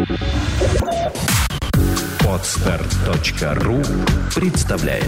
Podster.ru представляет.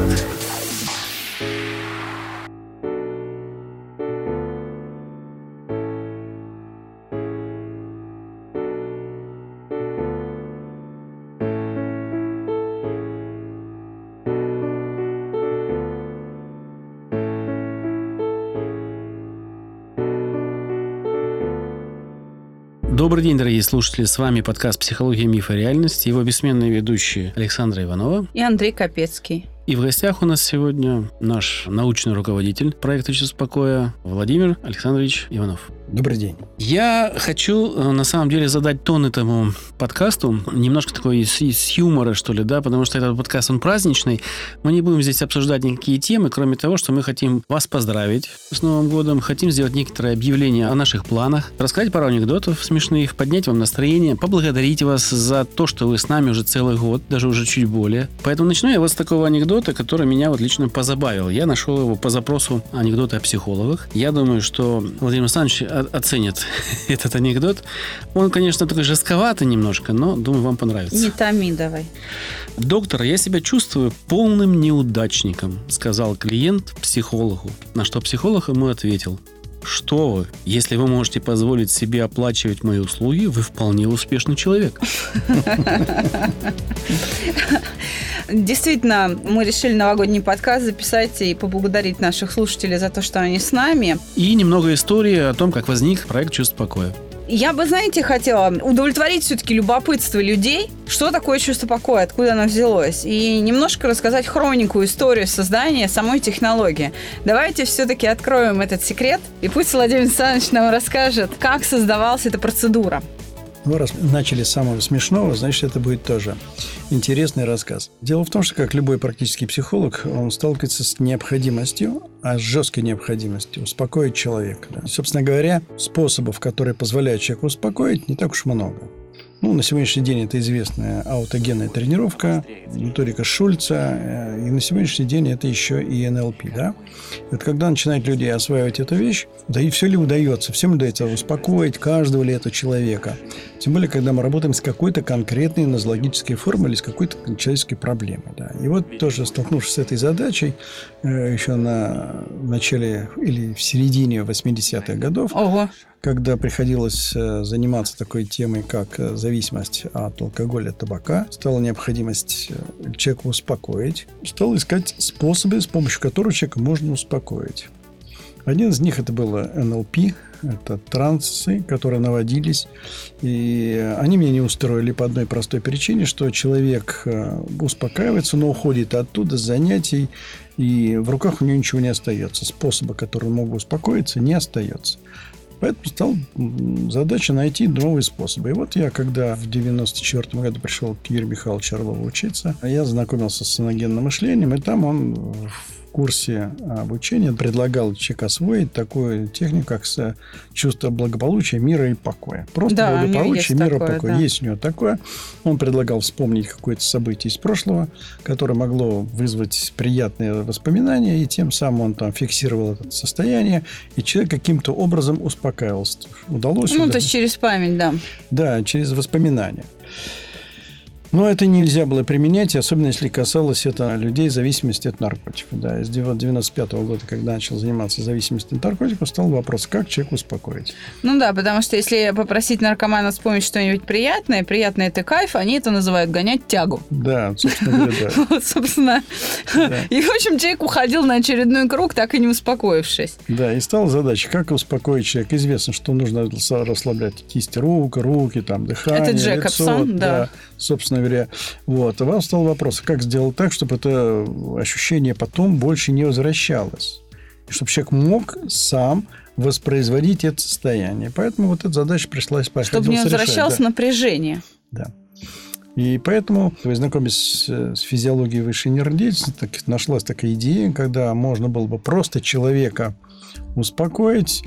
Добрый день, дорогие слушатели. С вами подкаст «Психология, миф и реальность». Его бессменные ведущие Александра Иванова и Андрей Капецкий. И в гостях у нас сегодня наш научный руководитель проекта «Чувство покоя» Владимир Александрович Иванов. Добрый день. Я хочу, на самом деле, задать тон этому подкасту. Немножко такой с юмора, что ли, да, потому что этот подкаст, он праздничный. Мы не будем здесь обсуждать никакие темы, кроме того, что мы хотим вас поздравить с Новым годом, хотим сделать некоторое объявление о наших планах, рассказать пару анекдотов смешных, поднять вам настроение, поблагодарить вас за то, что вы с нами уже целый год, даже уже чуть более. Поэтому начну я вот с такого анекдота, который меня вот лично позабавил. Я нашел его по запросу анекдоты о психологах. Я думаю, что Владимир Александрович оценит этот анекдот. Он, конечно, такой жестковатый немножко, но, думаю, вам понравится. Не томи давай. «Доктор, я себя чувствую полным неудачником», сказал клиент психологу. На что психолог ему ответил: «Что вы? Если вы можете позволить себе оплачивать мои услуги, вы вполне успешный человек». Действительно, мы решили новогодний подкаст записать и поблагодарить наших слушателей за то, что они с нами. И немного истории о том, как возник проект «Чувство покоя». Я бы, знаете, хотела удовлетворить все-таки любопытство людей, что такое чувство покоя, откуда оно взялось, и немножко рассказать хронику, историю создания самой технологии. Давайте все-таки откроем этот секрет, и пусть Владимир Александрович нам расскажет, как создавалась эта процедура. Ну, раз начали с самого смешного, значит, это будет тоже интересный рассказ. Дело в том, что, как любой практический психолог, он сталкивается с необходимостью, с жесткой необходимостью успокоить человека. Да. Собственно говоря, способов, которые позволяют человеку успокоить, не так уж много. Ну, на сегодняшний день это известная аутогенная тренировка, методика Шульца, и на сегодняшний день это еще и НЛП, да? Вот когда начинают люди осваивать эту вещь, да и все ли удается, всем удается успокоить каждого ли этого человека. Тем более, когда мы работаем с какой-то конкретной нозологической формой или с какой-то человеческой проблемой, да. И вот тоже столкнувшись с этой задачей, еще на начале или в середине 80-х годов, когда приходилось заниматься такой темой, как зависимость от алкоголя, табака, стала необходимость человека успокоить, стал искать способы, с помощью которых человека можно успокоить. Один из них это было НЛП, это трансы, которые наводились, и они меня не устроили по одной простой причине, что человек успокаивается, но уходит оттуда с занятий, и в руках у него ничего не остается. Способа, которым мог бы успокоиться, не остается. Поэтому стала задача найти новые способы. И вот я, когда в 1994 году пришел к Юрию Михайловичу Орлову учиться, я знакомился с саногенным мышлением, и там он в курсе обучения предлагал человеку освоить такую технику, как чувство благополучия, мира и покоя. Просто благополучие, мира и покой. Да. Есть у него такое. Он предлагал вспомнить какое-то событие из прошлого, которое могло вызвать приятные воспоминания, и тем самым он там фиксировал это состояние, и человек каким-то образом успокаивался. Удалось. То есть через память, да. Да, через воспоминания. Но это нельзя было применять, особенно если касалось это людей зависимости от наркотиков. Да, с 1995 года, когда начал заниматься зависимостью от наркотиков, стал вопрос, как человека успокоить. Ну да, потому что если попросить наркомана вспомнить что-нибудь приятное это кайф, они это называют гонять тягу. Да, собственно говоря, да. Вот, собственно. И, в общем, человек уходил на очередной круг, так и не успокоившись. Да, и стала задача, как успокоить человека. Известно, что нужно расслаблять кисти рук, руки, там, дыхание, это Джекобсон, лицо, да. Собственно говоря, вот. А вам стал вопрос, как сделать так, чтобы это ощущение потом больше не возвращалось. И чтобы человек мог сам воспроизводить это состояние. Поэтому вот эта задача пришлась решать. Чтобы не возвращалось напряжение. Да. И поэтому, знакомясь с физиологией высшей нейродеятельности, нашлась такая идея, когда можно было бы просто человека успокоить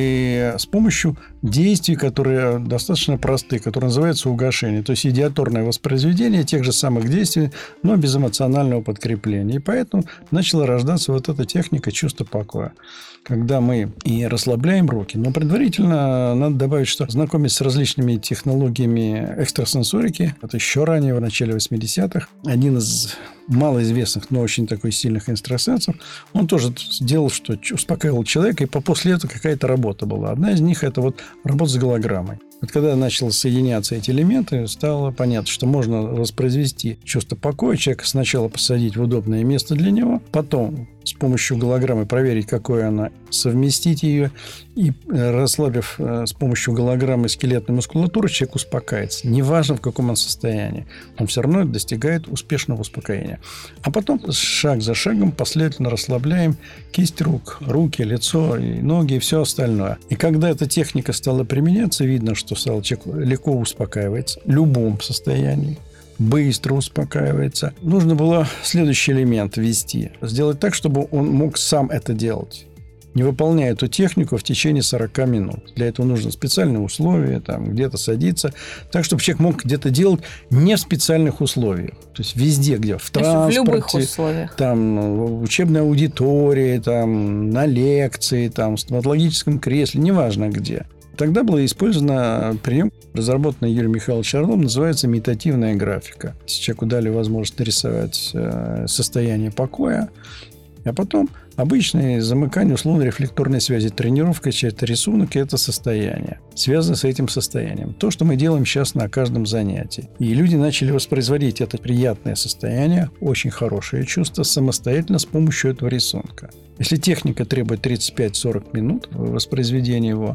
и с помощью действий, которые достаточно просты, которые называются угошение. То есть идиаторное воспроизведение тех же самых действий, но без эмоционального подкрепления. И поэтому начала рождаться вот эта техника чувства покоя. Когда мы и расслабляем руки, но предварительно надо добавить, что знакомясь с различными технологиями экстрасенсорики, это еще ранее, в начале 80-х, один из малоизвестных, но очень такой сильных экстрасенсов, он тоже делал, что успокаивал человека, и после этого какая-то работа была. Одна из них – это вот работа с голограммой. Вот когда начали соединяться эти элементы, стало понятно, что можно воспроизвести чувство покоя, человека сначала посадить в удобное место для него, потом с помощью голограммы проверить, какое она, совместить ее, и расслабив с помощью голограммы скелетную мускулатуру, человек успокаивается. Неважно, в каком он состоянии, он все равно достигает успешного успокоения. А потом шаг за шагом последовательно расслабляем кисть рук, руки, лицо, и ноги и все остальное. И когда эта техника стала применяться, видно, что человек легко успокаивается в любом состоянии. Быстро успокаивается. Нужно было следующий элемент ввести. Сделать так, чтобы он мог сам это делать, не выполняя эту технику в течение 40 минут. Для этого нужны специальные условия, там, где-то садиться, так, чтобы человек мог где-то делать не в специальных условиях. То есть везде, где в транспорте, в любых условиях. Там, в учебной аудитории, там, на лекции, там, в стоматологическом кресле, неважно где. Тогда был использован прием, разработанный Юрием Михайловичем Орловым, называется медитативная графика. Человеку дали возможность нарисовать состояние покоя, а потом обычное замыкание условно-рефлекторной связи, тренировка через рисунок и это состояние, связано с этим состоянием. То, что мы делаем сейчас на каждом занятии. И люди начали воспроизводить это приятное состояние, очень хорошее чувство, самостоятельно с помощью этого рисунка. Если техника требует 35-40 минут воспроизведения его,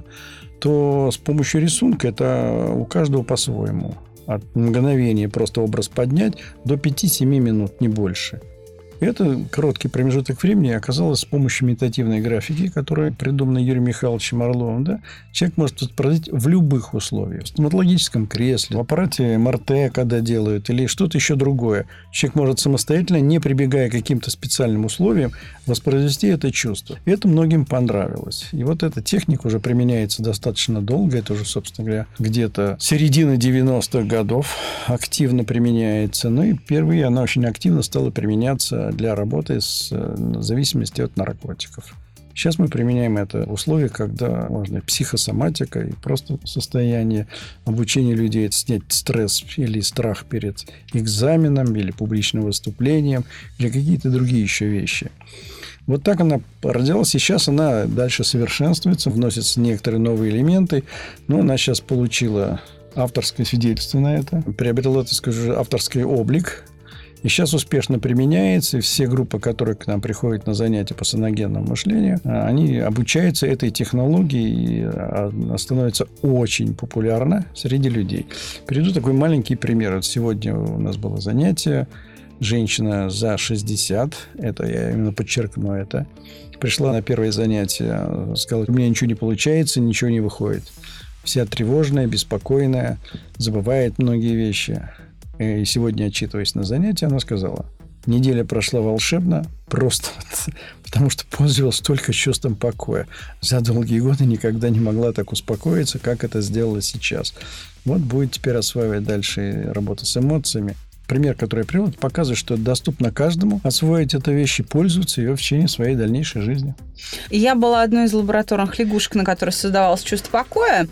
то с помощью рисунка это у каждого по-своему. От мгновения просто образ поднять до 5-7 минут, не больше. И это короткий промежуток времени оказалось с помощью медитативной графики, которая придумана Юрием Михайловичем Орловым. Да? Человек может воспроизводить в любых условиях. В стоматологическом кресле, в аппарате МРТ, когда делают, или что-то еще другое. Человек может самостоятельно, не прибегая к каким-то специальным условиям, воспроизвести это чувство. И это многим понравилось. И вот эта техника уже применяется достаточно долго. Это уже, собственно говоря, где-то середина 90-х годов активно применяется. Ну и впервые она очень активно стала применяться для работы с зависимостью от наркотиков. Сейчас мы применяем это в условиях, когда можно психосоматика и просто состояние обучения людей снять стресс или страх перед экзаменом или публичным выступлением или какие-то другие еще вещи. Вот так она родилась. Сейчас она дальше совершенствуется, вносятся некоторые новые элементы. Но она сейчас получила авторское свидетельство на это, приобрела, так сказать, авторский облик. И сейчас успешно применяется. И все группы, которые к нам приходят на занятия по саногенному мышлению, они обучаются этой технологии, и она становится очень популярна среди людей. Приведу такой маленький пример. Вот сегодня у нас было занятие. Женщина за 60, это я именно подчеркну это, пришла на первое занятие, сказала: у меня ничего не получается, ничего не выходит. Вся тревожная, беспокойная, забывает многие вещи. И сегодня, отчитываясь на занятии, она сказала: неделя прошла волшебно, просто потому что пользовалась только чувством покоя. За долгие годы никогда не могла так успокоиться, как это сделала сейчас. Вот будет теперь осваивать дальше работу с эмоциями. Пример, который я привел, показывает, что доступно каждому освоить эту вещь и пользоваться ее в течение своей дальнейшей жизни. Я была одной из лабораторных лягушек, на которой создавалось чувство покоя.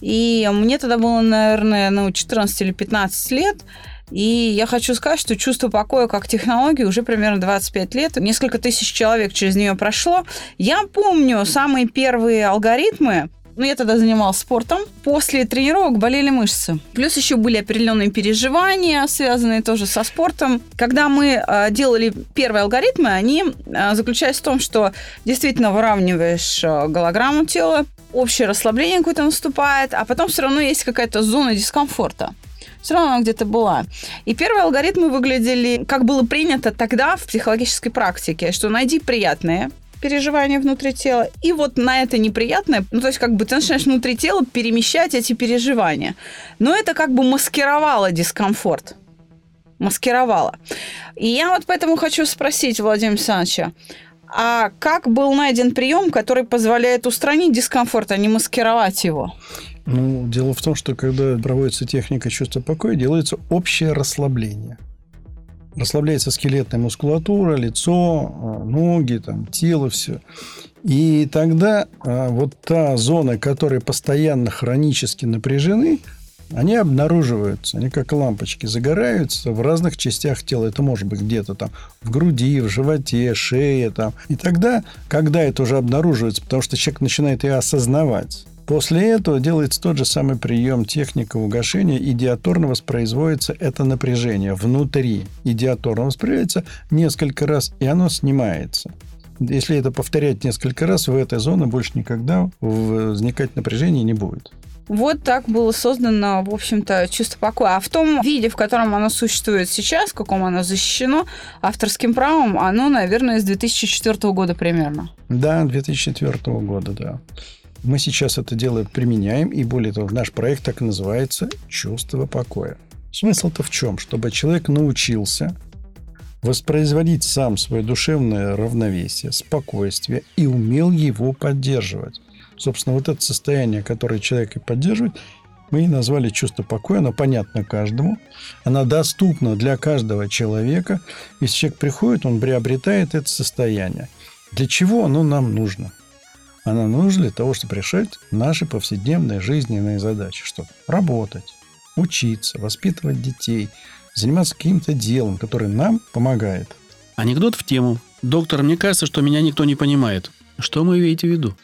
И мне тогда было, наверное, 14 или 15 лет. И я хочу сказать, что чувство покоя как технология уже примерно 25 лет. Несколько тысяч человек через нее прошло. Я помню самые первые алгоритмы. Я тогда занималась спортом. После тренировок болели мышцы. Плюс еще были определенные переживания, связанные тоже со спортом. Когда мы делали первые алгоритмы, они заключались в том, что действительно выравниваешь голограмму тела, общее расслабление какое-то наступает, а потом все равно есть какая-то зона дискомфорта. Все равно она где-то была. И первые алгоритмы выглядели, как было принято тогда в психологической практике, что найди приятные переживания внутри тела, и вот на это неприятное, то есть как бы ты начинаешь внутри тела перемещать эти переживания. Но это как бы маскировало дискомфорт. Маскировало. И я вот поэтому хочу спросить Владимира Александровича, А как был найден прием, который позволяет устранить дискомфорт, а не маскировать его? Ну, дело в том, что когда проводится техника чувства покоя, делается общее расслабление. Расслабляется скелетная мускулатура, лицо, ноги, там, тело, все. И тогда вот та зона, которая постоянно хронически напряжены, они обнаруживаются, они как лампочки загораются в разных частях тела. Это может быть где-то там в груди, в животе, шее. Там. И тогда, когда это уже обнаруживается, потому что человек начинает ее осознавать, после этого делается тот же самый прием, техника угошения. Идиаторно воспроизводится это напряжение внутри. Идиаторно воспроизводится несколько раз, и оно снимается. Если это повторять несколько раз, в этой зоне больше никогда возникать напряжение не будет. Вот так было создано, в общем-то, чувство покоя. А в том виде, в котором оно существует сейчас, в каком оно защищено авторским правом, оно, наверное, с 2004 года примерно. Да, 2004 года, да. Мы сейчас это дело применяем, и более того, наш проект так и называется «Чувство покоя». Смысл-то в чем? Чтобы человек научился воспроизводить сам свое душевное равновесие, спокойствие и умел его поддерживать. Собственно, вот это состояние, которое человек и поддерживает, мы и назвали чувство покоя. Оно понятно каждому. Оно доступно для каждого человека. Если человек приходит, он приобретает это состояние. Для чего оно нам нужно? Оно нужно для того, чтобы решать наши повседневные жизненные задачи. Что? Работать, учиться, воспитывать детей, заниматься каким-то делом, которое нам помогает. Анекдот в тему. Доктор, мне кажется, что меня никто не понимает. Что вы имеете в виду?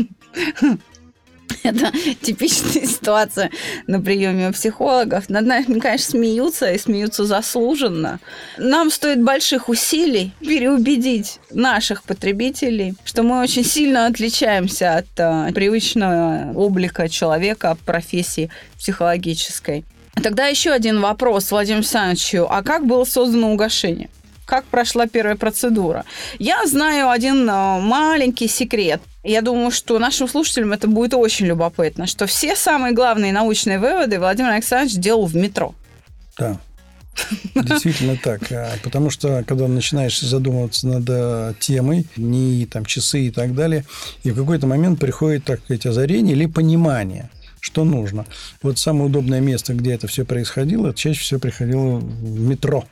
Это типичная ситуация на приеме у психологов. Над нами, конечно, смеются, и смеются заслуженно. Нам стоит больших усилий переубедить наших потребителей, что мы очень сильно отличаемся от привычного облика человека, профессии психологической. Тогда еще один вопрос Владимиру Александровичу. А как было создано угошение? Как прошла первая процедура? Я знаю один маленький секрет. Я думаю, что нашим слушателям это будет очень любопытно, что все самые главные научные выводы Владимир Александрович делал в метро. Да, действительно так. Потому что, когда начинаешь задумываться над темой, дни, там, часы и так далее, и в какой-то момент приходит, так сказать, озарение или понимание, что нужно. Вот самое удобное место, где это все происходило, это чаще всего приходило в метро,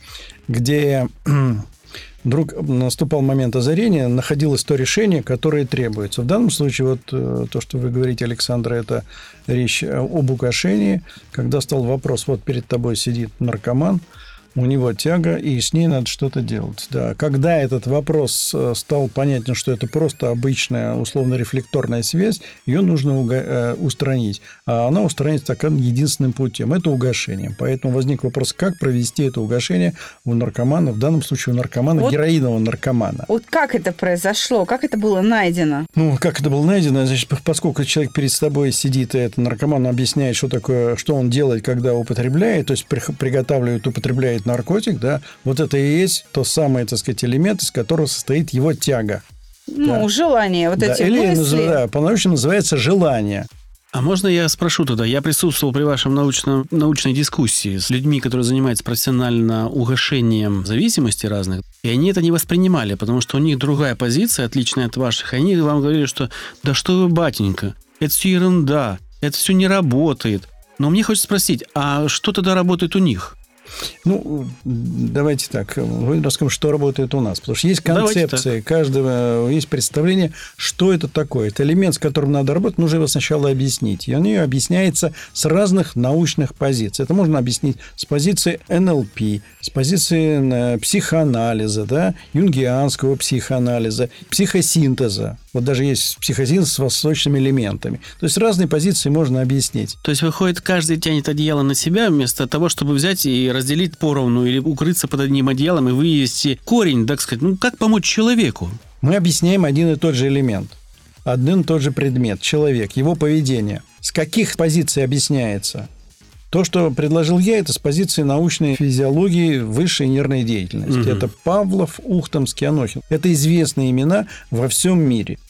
где вдруг наступал момент озарения, находилось то решение, которое требуется. В данном случае, вот то, что вы говорите, Александр, это речь об угошении, когда стал вопрос, вот перед тобой сидит наркоман, у него тяга, и с ней надо что-то делать. Да. Когда этот вопрос стал понятен, что это просто обычная условно-рефлекторная связь, ее нужно устранить. А она устранится таким единственным путем – это угошением. Поэтому возник вопрос, как провести это угошение у наркомана, в данном случае у наркомана, вот, героинового наркомана. Вот как это произошло? Как это было найдено? Ну, как это было найдено? Значит, поскольку человек перед тобой сидит, и этот наркоман объясняет, что такое, что он делает, когда употребляет, то есть приготавливает, употребляет наркотик, да, вот это и есть то самое, так сказать, элемент, из которого состоит его тяга. Ну, да. Желание, вот эти или, мысли. Да, по-научному называется желание. А можно я спрошу тогда? Я присутствовал при вашем научной дискуссии с людьми, которые занимаются профессионально угошением зависимостей разных, и они это не воспринимали, потому что у них другая позиция, отличная от ваших. Они вам говорили, что да что вы, батенька, это все ерунда, это все не работает. Но мне хочется спросить, а что тогда работает у них? Ну, давайте так. Вы расскажем, что работает у нас. Потому что есть концепция, каждого есть представление, что это такое. Это элемент, с которым надо работать, нужно его сначала объяснить. И он ее объясняется с разных научных позиций. Это можно объяснить с позиции НЛП, с позиции психоанализа, да, юнгианского психоанализа, психосинтеза. Вот даже есть психосинтез с восточными элементами. То есть разные позиции можно объяснить. То есть, выходит, каждый тянет одеяло на себя вместо того, чтобы взять и разделить поровну или укрыться под одним одеялом и вывести корень, так сказать. Ну, как помочь человеку? Мы объясняем один и тот же элемент. Один и тот же предмет. Человек, его поведение. С каких позиций объясняется? То, что предложил я, это с позиции научной физиологии высшей нервной деятельности. Это Павлов, Ухтомский, Анохин. Это известные имена во всем мире.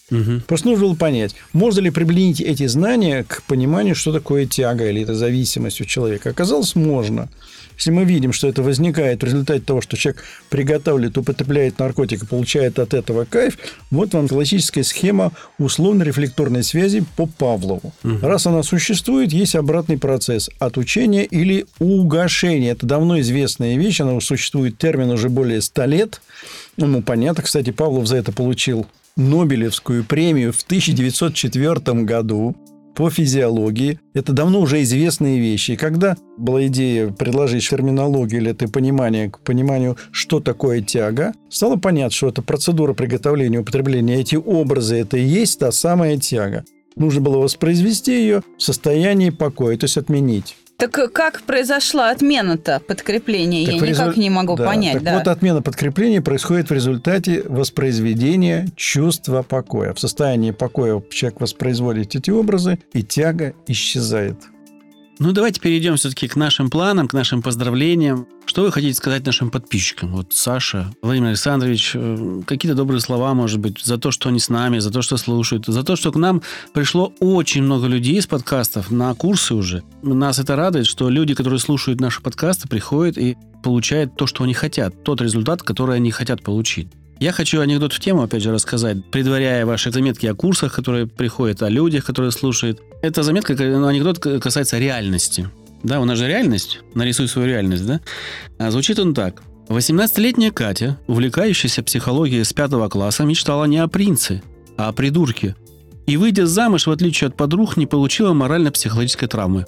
Просто нужно было понять, можно ли применить эти знания к пониманию, что такое тяга или это зависимость у человека. Оказалось, можно. Если мы видим, что это возникает в результате того, что человек приготавливает, употребляет наркотик и получает от этого кайф, вот вам классическая схема условно-рефлекторной связи по Павлову. Раз она существует, есть обратный процесс отучения или угошения. Это давно известная вещь, она существует термин уже более 100 лет. Ну, понятно, кстати, Павлов за это получил Нобелевскую премию в 1904 году по физиологии. Это давно уже известные вещи. И когда была идея предложить терминологию или это понимание к пониманию, что такое тяга, стало понятно, что это процедура приготовления и употребления. Эти образы, это и есть та самая тяга. Нужно было воспроизвести ее в состоянии покоя, то есть отменить. Так как произошла отмена-то подкрепления? Я никак не могу понять. Вот отмена подкрепления происходит в результате воспроизведения чувства покоя. В состоянии покоя человек воспроизводит эти образы, и тяга исчезает. Ну, давайте перейдем все-таки к нашим планам, к нашим поздравлениям. Что вы хотите сказать нашим подписчикам? Вот Саша, Владимир Александрович, какие-то добрые слова, может быть, за то, что они с нами, за то, что слушают, за то, что к нам пришло очень много людей из подкастов на курсы уже. Нас это радует, что люди, которые слушают наши подкасты, приходят и получают то, что они хотят, тот результат, который они хотят получить. Я хочу анекдот в тему, опять же, рассказать, предваряя ваши заметки о курсах, которые приходят, о людях, которые слушают. Эта заметка, анекдот касается реальности. Да, у нас же реальность. Нарисуй свою реальность, да? А звучит он так. 18-летняя Катя, увлекающаяся психологией с 5 класса, мечтала не о принце, а о придурке. И, выйдя замуж, в отличие от подруг, не получила морально-психологической травмы.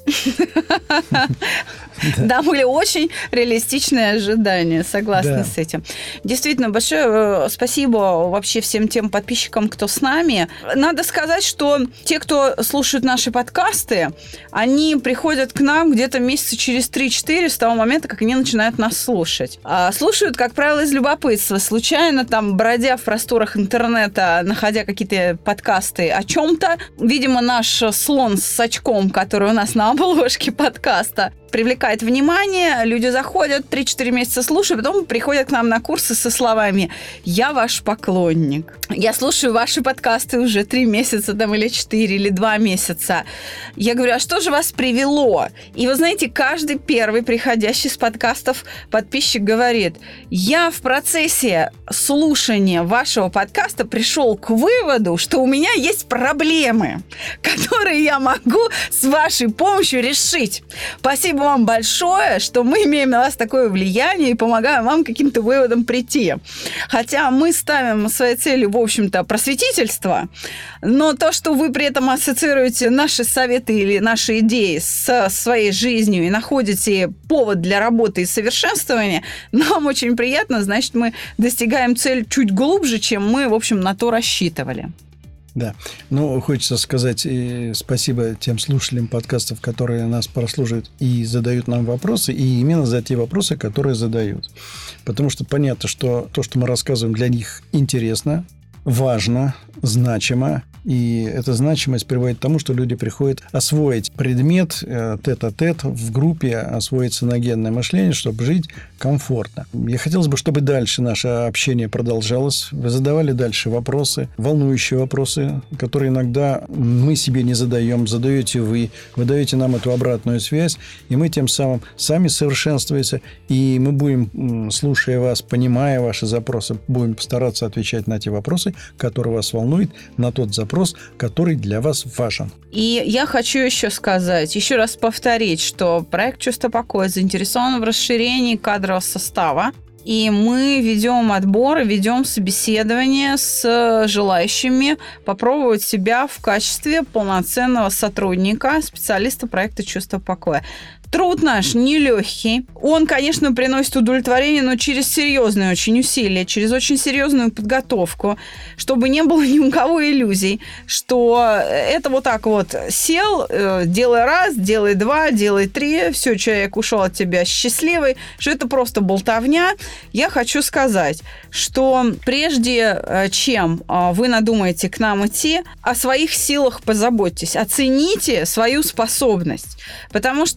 Да, были очень реалистичные ожидания, согласна с этим. Действительно, большое спасибо вообще всем тем подписчикам, кто с нами. Надо сказать, что те, кто слушают наши подкасты, они приходят к нам где-то месяца через 3-4 с того момента, как они начинают нас слушать. А слушают, как правило, из любопытства. Случайно, там, бродя в просторах интернета, находя какие-то подкасты о чем-то, видимо, наш слон с очком, который у нас на обложке подкаста, привлекает внимание, люди заходят, 3-4 месяца слушают, потом приходят к нам на курсы со словами «Я ваш поклонник». Я слушаю ваши подкасты уже 3 месяца, там, или 4, или 2 месяца. Я говорю, а что же вас привело? И вы знаете, каждый первый приходящий с подкастов подписчик говорит, я в процессе слушания вашего подкаста пришел к выводу, что у меня есть проблемы, которые я могу с вашей помощью решить. Спасибо вам большое, что мы имеем на вас такое влияние и помогаем вам к каким-то выводам прийти. Хотя мы ставим своей целью, в общем-то, просветительство, но то, что вы при этом ассоциируете наши советы или наши идеи со своей жизнью и находите повод для работы и совершенствования, нам очень приятно, значит, мы достигаем цель чуть глубже, чем мы, в общем, на то рассчитывали. Да. Ну, хочется сказать спасибо тем слушателям подкастов, которые нас прослушивают и задают нам вопросы, и именно за те вопросы, которые задают. Потому что понятно, что то, что мы рассказываем, для них интересно, важно, значимо. И эта значимость приводит к тому, что люди приходят освоить предмет тет-а-тет в группе, освоить саногенное мышление, чтобы жить комфортно. Я хотелось бы, чтобы дальше наше общение продолжалось. Вы задавали дальше вопросы, волнующие вопросы, которые иногда мы себе не задаем, задаете вы даете нам эту обратную связь, и мы тем самым сами совершенствуемся, и мы будем, слушая вас, понимая ваши запросы, будем стараться отвечать на те вопросы, которые вас волнуют, на тот запрос, который для вас важен. И я хочу еще сказать, еще раз повторить, что проект «Чувство покоя» заинтересован в расширении кадрового состава. И мы ведем отбор, ведем собеседование с желающими попробовать себя в качестве полноценного сотрудника, специалиста проекта «Чувство покоя». Труд наш нелегкий. Он, конечно, приносит удовлетворение, но через серьезные очень усилия, через очень серьезную подготовку, чтобы не было ни у кого иллюзий, что это вот так вот сел, делай раз, делай два, делай три, все, человек ушел от тебя счастливый, что это просто болтовня. Я хочу сказать, что прежде чем вы надумаете к нам идти, о своих силах позаботьтесь, оцените свою способность, потому что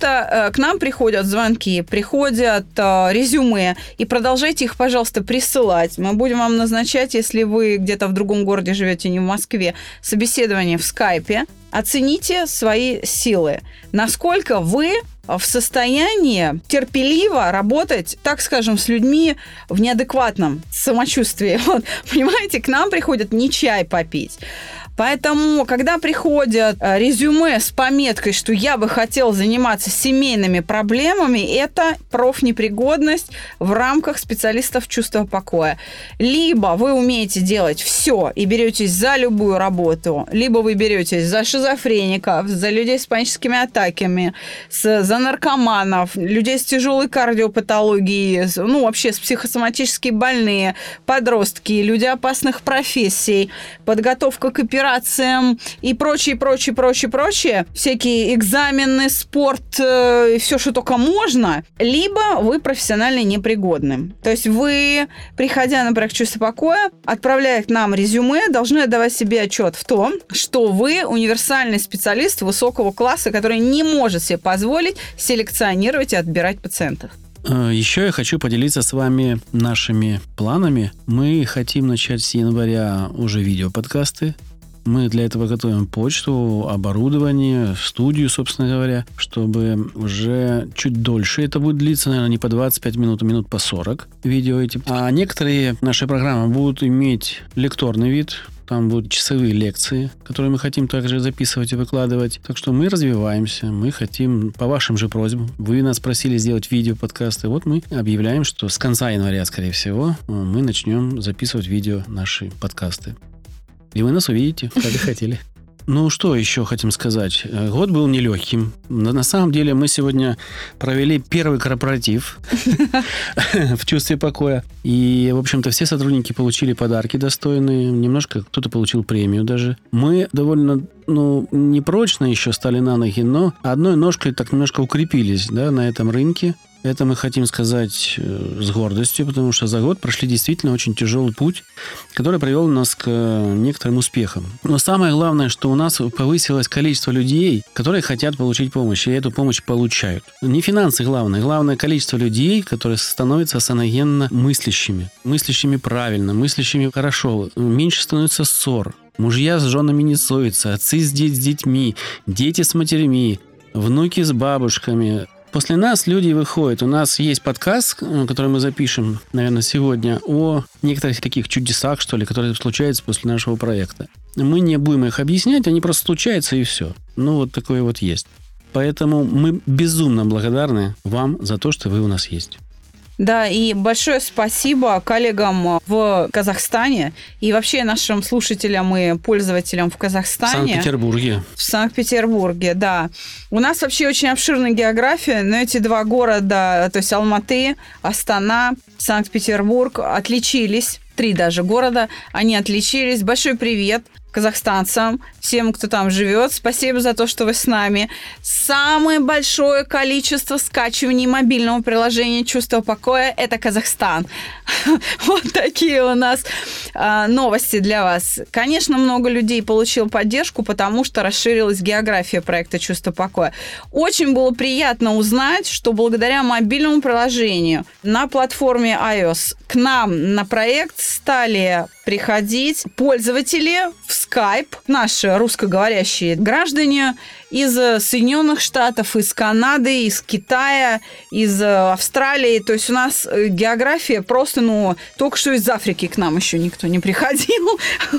к нам приходят звонки, приходят резюме, и продолжайте их, пожалуйста, присылать. Мы будем вам назначать, если вы где-то в другом городе живете, не в Москве, собеседование в скайпе. Оцените свои силы. Насколько вы в состоянии терпеливо работать, так скажем, с людьми в неадекватном самочувствии. Вот, понимаете, к нам приходят не чай попить. Поэтому, когда приходят резюме с пометкой, что я бы хотел заниматься семейными проблемами, это профнепригодность в рамках специалистов чувства покоя. Либо вы умеете делать все и беретесь за любую работу, либо вы беретесь за шизофреников, за людей с паническими атаками, за наркоманов, людей с тяжелой кардиопатологией, вообще с психосоматически больные, подростки, люди опасных профессий, подготовка к операциям и прочее, всякие экзамены, спорт, все, что только можно, либо вы профессионально непригодны. То есть вы, приходя на проект «Чувство покоя», отправляя к нам резюме, должны отдавать себе отчет в том, что вы универсальный специалист высокого класса, который не может себе позволить селекционировать и отбирать пациентов. Еще я хочу поделиться с вами нашими планами. Мы хотим начать с января уже видеоподкасты. Мы для этого готовим почту, оборудование, студию, собственно говоря, чтобы уже чуть дольше это будет длиться, наверное, не по 25 минут, а минут по 40 видео эти. А некоторые наши программы будут иметь лекторный вид. Там будут часовые лекции, которые мы хотим также записывать и выкладывать. Так что мы развиваемся, мы хотим, по вашим же просьбам, вы нас просили сделать видео-подкасты. Вот мы объявляем, что с конца января, скорее всего, мы начнем записывать видео наши подкасты. И вы нас увидите, как и хотели. Ну, что еще хотим сказать? Год был нелегким. На самом деле мы сегодня провели первый корпоратив в чувстве покоя. И, в общем-то, все сотрудники получили подарки достойные. Немножко кто-то получил премию даже. Мы довольно, непрочно еще стали на ноги, но одной ножкой так немножко укрепились, на этом рынке. Это мы хотим сказать с гордостью, потому что за год прошли действительно очень тяжелый путь, который привел нас к некоторым успехам. Но самое главное, что у нас повысилось количество людей, которые хотят получить помощь, и эту помощь получают. Не финансы главное. Главное количество людей, которые становятся саногенно мыслящими. Мыслящими правильно, мыслящими хорошо. Меньше становится ссор. Мужья с женами не ссорятся, отцы с детьми, дети с матерями, внуки с бабушками. После нас люди выходят. У нас есть подкаст, который мы запишем, наверное, сегодня, о некоторых таких чудесах, что ли, которые случаются после нашего проекта. Мы не будем их объяснять, они просто случаются и все. Вот такое вот есть. Поэтому мы безумно благодарны вам за то, что вы у нас есть. Да, и большое спасибо коллегам в Казахстане и вообще нашим слушателям и пользователям в Казахстане. В Санкт-Петербурге, да. У нас вообще очень обширная география, но эти два города, то есть Алматы, Астана, Санкт-Петербург, отличились. 3 даже города, они отличились. Большой привет казахстанцам, всем, кто там живет. Спасибо за то, что вы с нами. Самое большое количество скачиваний мобильного приложения «Чувство покоя» – это Казахстан. Вот такие у нас новости для вас. Конечно, много людей получило поддержку, потому что расширилась география проекта «Чувство покоя». Очень было приятно узнать, что благодаря мобильному приложению на платформе iOS к нам на проект стали приходить пользователи в Skype, наши русскоговорящие граждане из Соединенных Штатов, из Канады, из Китая, из Австралии. То есть у нас география просто, только что из Африки к нам еще никто не приходил.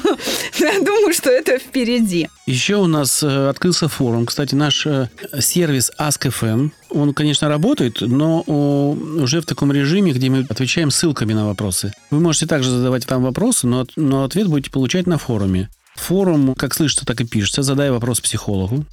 Я думаю, что это впереди. Еще у нас открылся форум. Кстати, наш сервис Ask.fm, он, конечно, работает, но уже в таком режиме, где мы отвечаем ссылками на вопросы. Вы можете также задавать там вопросы, но ответ будете получать на форуме. Форум, как слышится, так и пишется. Задай вопрос психологу.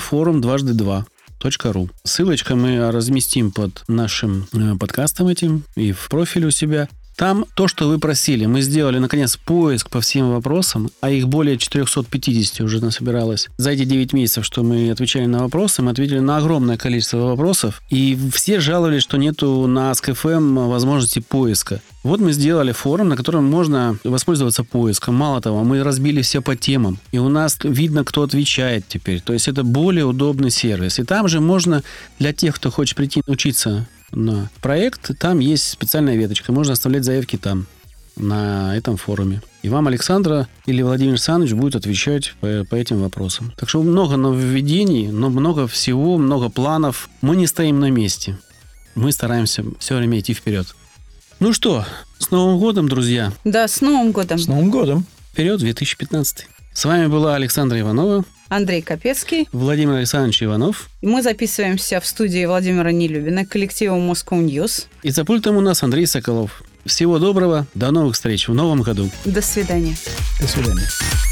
.forum2 Ссылочку мы разместим под нашим подкастом этим и в профиле у себя. Там то, что вы просили. Мы сделали, наконец, поиск по всем вопросам, а их более 450 уже насобиралось. За эти 9 месяцев, что мы отвечали на вопросы, мы ответили на огромное количество вопросов, и все жаловались, что нету на Ask.fm возможности поиска. Вот мы сделали форум, на котором можно воспользоваться поиском. Мало того, мы разбили все по темам. И у нас видно, кто отвечает теперь. То есть это более удобный сервис. И там же можно для тех, кто хочет прийти учиться на проект, там есть специальная веточка. Можно оставлять заявки там, на этом форуме. И вам Александра или Владимир Александрович будет отвечать по этим вопросам. Так что много нововведений, но много всего, много планов. Мы не стоим на месте. Мы стараемся все время идти вперед. Ну что, с Новым годом, друзья. Да, с Новым годом. С Новым годом. Вперед, 2015. С вами была Александра Иванова, Андрей Капецкий, Владимир Александрович Иванов. И мы записываемся в студии Владимира Нелюбина, коллектива Moscow News. И за пультом у нас Андрей Соколов. Всего доброго, до новых встреч в новом году. До свидания. До свидания.